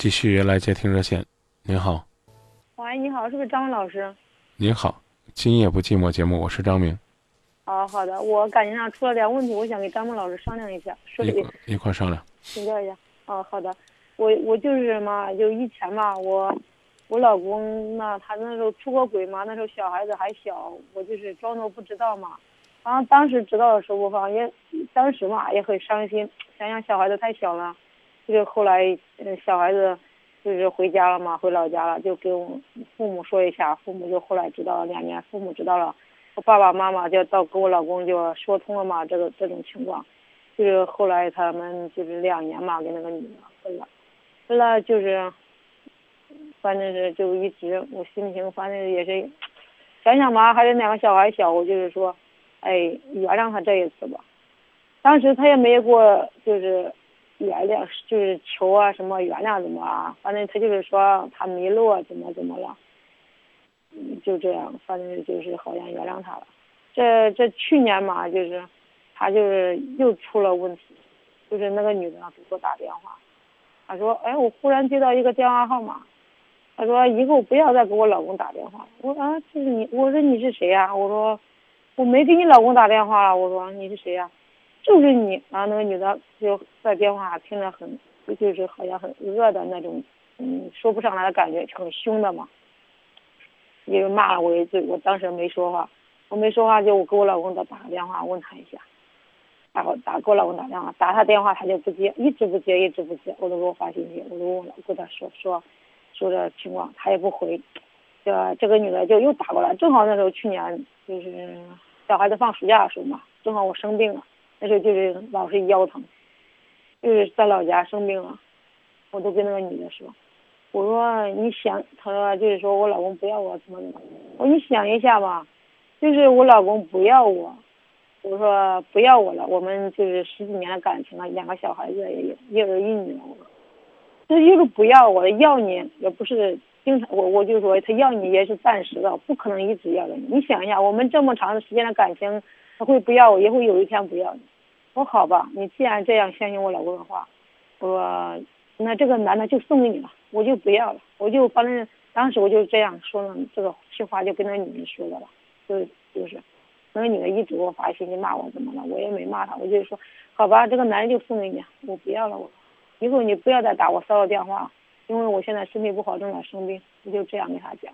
继续来接听热线。您好。 喂，你好，是不是张文老师？ 您好，今夜不寂寞节目，我是张明。 哦，好的，我感情上出了点问题，我想跟张文老师商量一下， 一块商量。 请教一下。哦，好的，我就是嘛，就以前嘛，我老公呢，他那时候出过轨嘛，那时候小孩子还小，我就是装作不知道嘛。然后当时知道的时候，我反正当时嘛也很伤心，想想小孩子太小了，就是后来小孩子就是回家了嘛，回老家了，就跟我父母说一下，父母就后来知道了2年，父母知道了，我爸爸妈妈就到跟我老公就说通了嘛，这种情况，就是后来他们就是2年嘛，跟那个女的分了就是反正是就一直我心情反正也是想想嘛，还是2个小孩小，我就是说原谅他这一次吧。当时他也没给我就是原谅，就是求啊什么原谅怎么啊，反正他就是说他迷路啊怎么了，就这样，反正就是好像原谅他了。这去年嘛，就是他就是又出了问题，就是那个女的给我打电话，他说我忽然接到一个电话号码，他说以后不要再给我老公打电话了。我说啊，这是你？我说你是谁呀？我说我没给你老公打电话了。我说你是谁呀？就是你。然后那个女的就在电话听着很，就是好像很恶的那种，说不上来的感觉，很凶的嘛，因为骂了我一句，我当时没说话，就我给我老公打个电话问他一下，给我老公打电话，打他电话他就不接，一直不接，我都给我发信息，我都问了，跟他说这情况，他也不回。这个女的就又打过来，正好那时候去年就是小孩子放暑假的时候嘛，正好我生病了，那时候就是老是腰疼，就是在老家生病了，我都跟那个女的说，我说你想，他说就是说我老公不要我怎么，我说你想一下吧，就是我老公不要我，我说不要我了，我们就是10几年的感情了，2个小孩子也有一儿一女了，我说这就是不要我，要你也不是经常，我就说他要你也是暂时的，不可能一直要着你。你想一下，我们这么长时间的感情，他会不要我，也会有一天不要你。我说好吧，你既然这样相信我老公的话，我说那这个男的就送给你了，我就不要了，我就反正当时我就这样说了，这个气话就跟那女人说的了，就是那个女的一直给我发信息骂我怎么了，我也没骂他，我就说好吧，这个男人就送给你，我不要了，我以后你不要再打我骚扰电话，因为我现在身体不好，正在生病，我就这样跟他讲。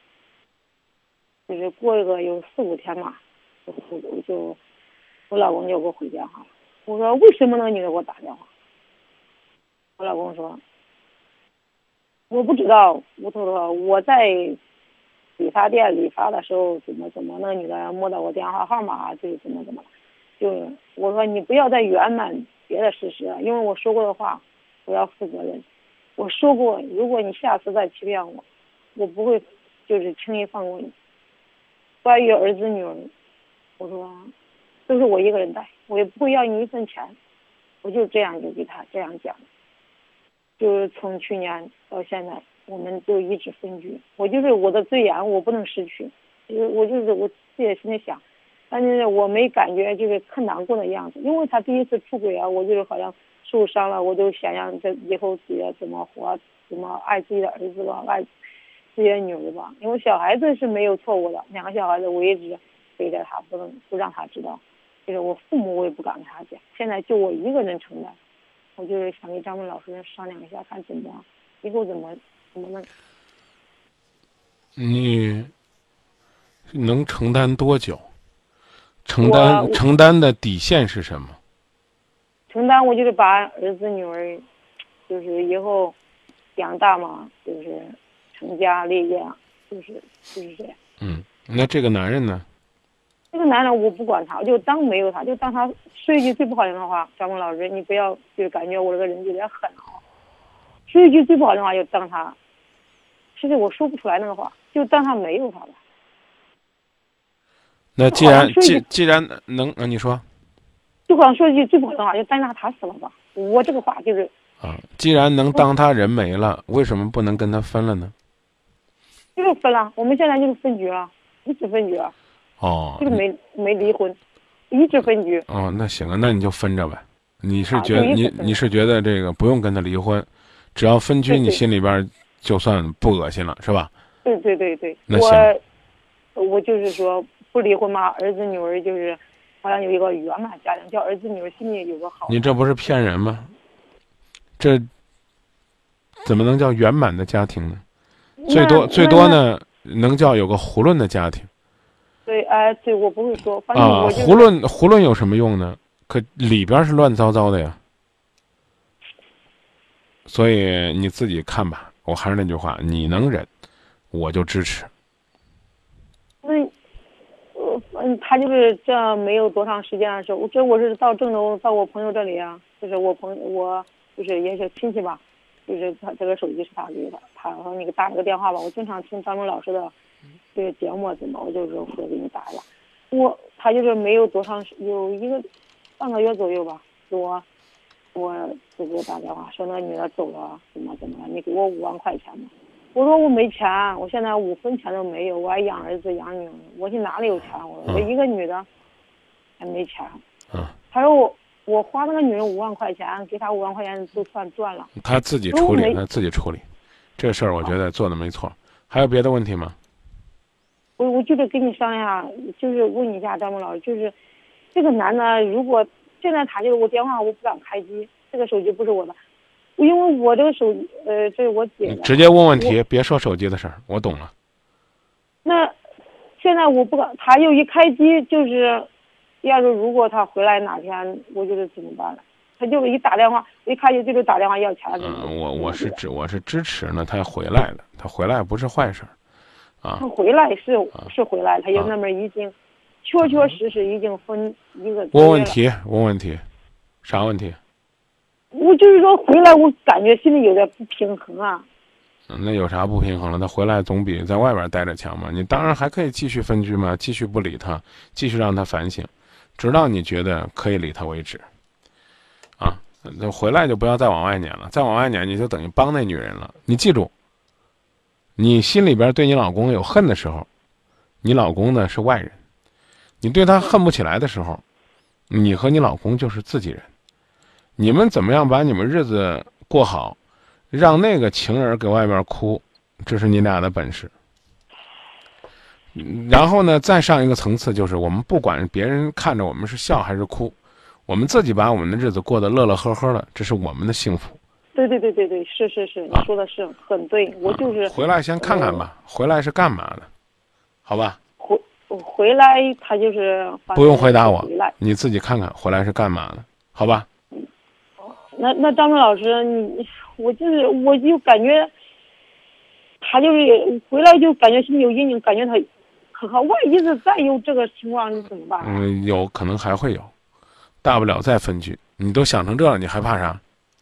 就是过一个有4、5天嘛，我老公就给我回电话了。我说为什么那个女的给我打电话？我老公说我不知道，我在理发店理发的时候怎么，那个女的摸到我电话号码，就是怎么了。就我说你不要再圆满别的事实了，因为我说过的话我要负责任。我说过，如果你下次再欺骗我，我不会就是轻易放过你。关于儿子女儿，我说都是我一个人带，我也不会要你1分钱。我就这样就给他这样讲，就是从去年到现在，我们就一直分居。我就是我的尊严，我不能失去。我自己心里想，但是我没感觉就是很难过的样子，因为他第一次出轨啊，我就是好像受伤了，我就想想这以后自己怎么活，怎么爱自己的儿子吧，爱自己的女儿吧。因为小孩子是没有错误的，2个小孩子我一直背着他，不让他知道。就是我父母我也不敢跟他讲，现在就我一个人承担。我就是想跟张文老师商量一下，看怎么以后怎么弄。 你能承担多久？承担的底线是什么？ 承担我就是把儿子女儿，就是以后养大嘛，就是成家立业，就是这样。 那这个男人呢？ 这个男人我不管他，我就当没有他，就当他说一句最不好听的话。张文老师，你不要就是感觉我这个人有点狠啊。说一句最不好听的话，就当他，其实我说不出来那个话，就当他没有他了。 那既然能，你说， 就好像说一句最不好听的话，就当他死了吧。我这个话就是既然能当他人没了，为什么不能跟他分了呢？ 就是分了，我们现在就是分居了，一直分居了。就是没离婚，一直分居。 那行啊，那你就分着呗。你是觉得这个不用跟他离婚， 只要分居， 对你心里边就算不恶心了，是吧？ 对对对对， 那行我就是说不离婚嘛，儿子女儿就是好像有一个圆满家庭，叫儿子女儿心里有个好。 你这不是骗人吗？这怎么能叫圆满的家庭呢？最多呢，能叫有个囫囵的家庭。 对，哎，对，我不会说，反正啊， 我就是囫囵有什么用呢？可里边是乱糟糟的呀。所以你自己看吧。我还是那句话，你能忍，我就支持。 那他就是这没有多长时间的时候，我是到郑州到我朋友这里啊，就是我就是也是亲戚吧，就是他这个手机是他给的，他说你给打了个电话吧，我经常听张明老师的这个节目怎么，我就说给你打一下。他就是没有多长有半个月左右吧，我就给我打电话说那个女的走了，怎么了，你给我5万块钱吧。我说我没钱，我现在5分钱都没有，我还养儿子养女儿，我去哪里有钱？我一个女的还没钱。他说我花那个女人5万块钱，给他5万块钱都算赚了。 他自己处理，这事儿我觉得做的没错。还有别的问题吗？ 我就是跟你商量，就是问一下张明老师，就是这个男的，如果现在他就是我电话我不敢开机，这个手机不是我的。因为我这个手机，这是我姐的。 直接问问题，别说手机的事儿，我懂了。 那现在我不敢，他又一开机就是，要是如果他回来哪天，我就是怎么办了？他就是一打电话，一开机就是打电话要钱。 我是支持呢，他回来了，他回来不是坏事啊。 他回来是回来，他就那边已经，确实已经分一个。 问问题，啥问题？ 我就是说回来，我感觉心里有点不平衡啊。 那有啥不平衡了？他回来总比在外边待着强嘛。你当然还可以继续分居嘛，继续不理他，继续让他反省，直到你觉得可以理他为止。啊，那回来就不要再往外撵了，再往外撵你就等于帮那女人了。你记住，你心里边对你老公有恨的时候，你老公呢是外人；你对他恨不起来的时候，你和你老公就是自己人。你们怎么样把你们日子过好，让那个情人给外边哭，这是你俩的本事。然后呢，再上一个层次，就是我们不管别人看着我们是笑还是哭，我们自己把我们的日子过得乐乐呵呵的，这是我们的幸福。 对，是，你说的是很对，我就是回来先看看吧，回来是干嘛的，好吧？ 回来他就是不用回答我，你自己看看回来是干嘛的，好吧？ 那张明老师，我就感觉他就是回来就感觉心里有阴影，感觉他可万一是再有这个情况，你怎么办？ 有可能还会有，大不了再分居。你都想成这了，你害怕啥？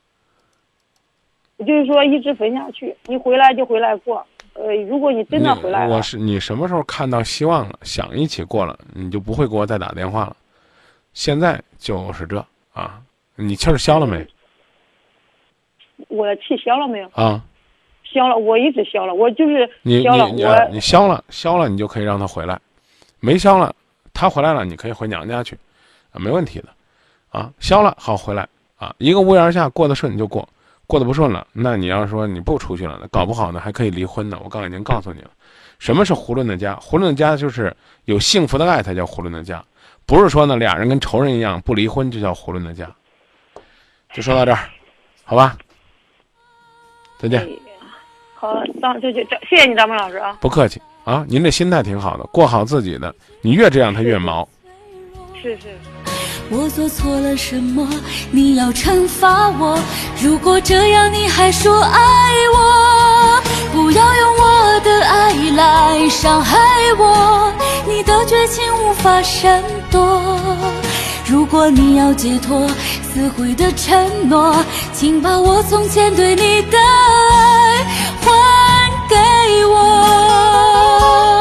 就是说一直分下去，你回来就回来过。如果你真的回来了， 你什么时候看到希望了，想一起过了，你就不会给我再打电话了。现在就是这啊，你气儿消了没？ 我的气消了没有？ 啊， 消了，我一直消了，我就是消了。 你消了，你就可以让他回来；没消了，他回来了，你可以回娘家去，啊，没问题的，啊，消了好回来啊，一个屋檐下过得顺就过，过得不顺了，那你要说你不出去了，搞不好呢还可以离婚呢。我刚才已经告诉你了，什么是囫囵的家？囫囵的家就是有幸福的爱才叫囫囵的家，不是说呢俩人跟仇人一样不离婚就叫囫囵的家。就说到这儿，好吧？再见。 好，这谢谢你，张明老师啊。 不客气啊，您这心态挺好的，过好自己的，你越这样他越毛。 是。 我做错了什么？你要惩罚我？如果这样你还说爱我，不要用我的爱来伤害我，你的绝情无法闪躲。如果你要解脱撕毁的承诺，请把我从前对你的爱还给我。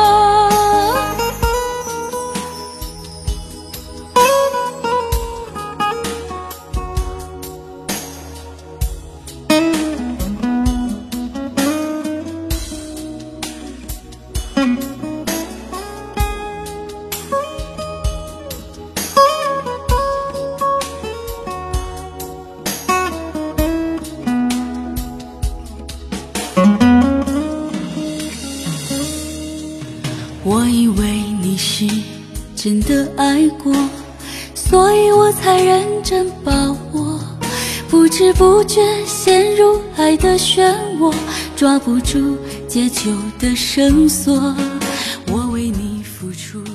我以为你是真的爱过，所以我才认真把握，不知不觉陷入爱的漩涡，抓不住解救的绳索。我为你付出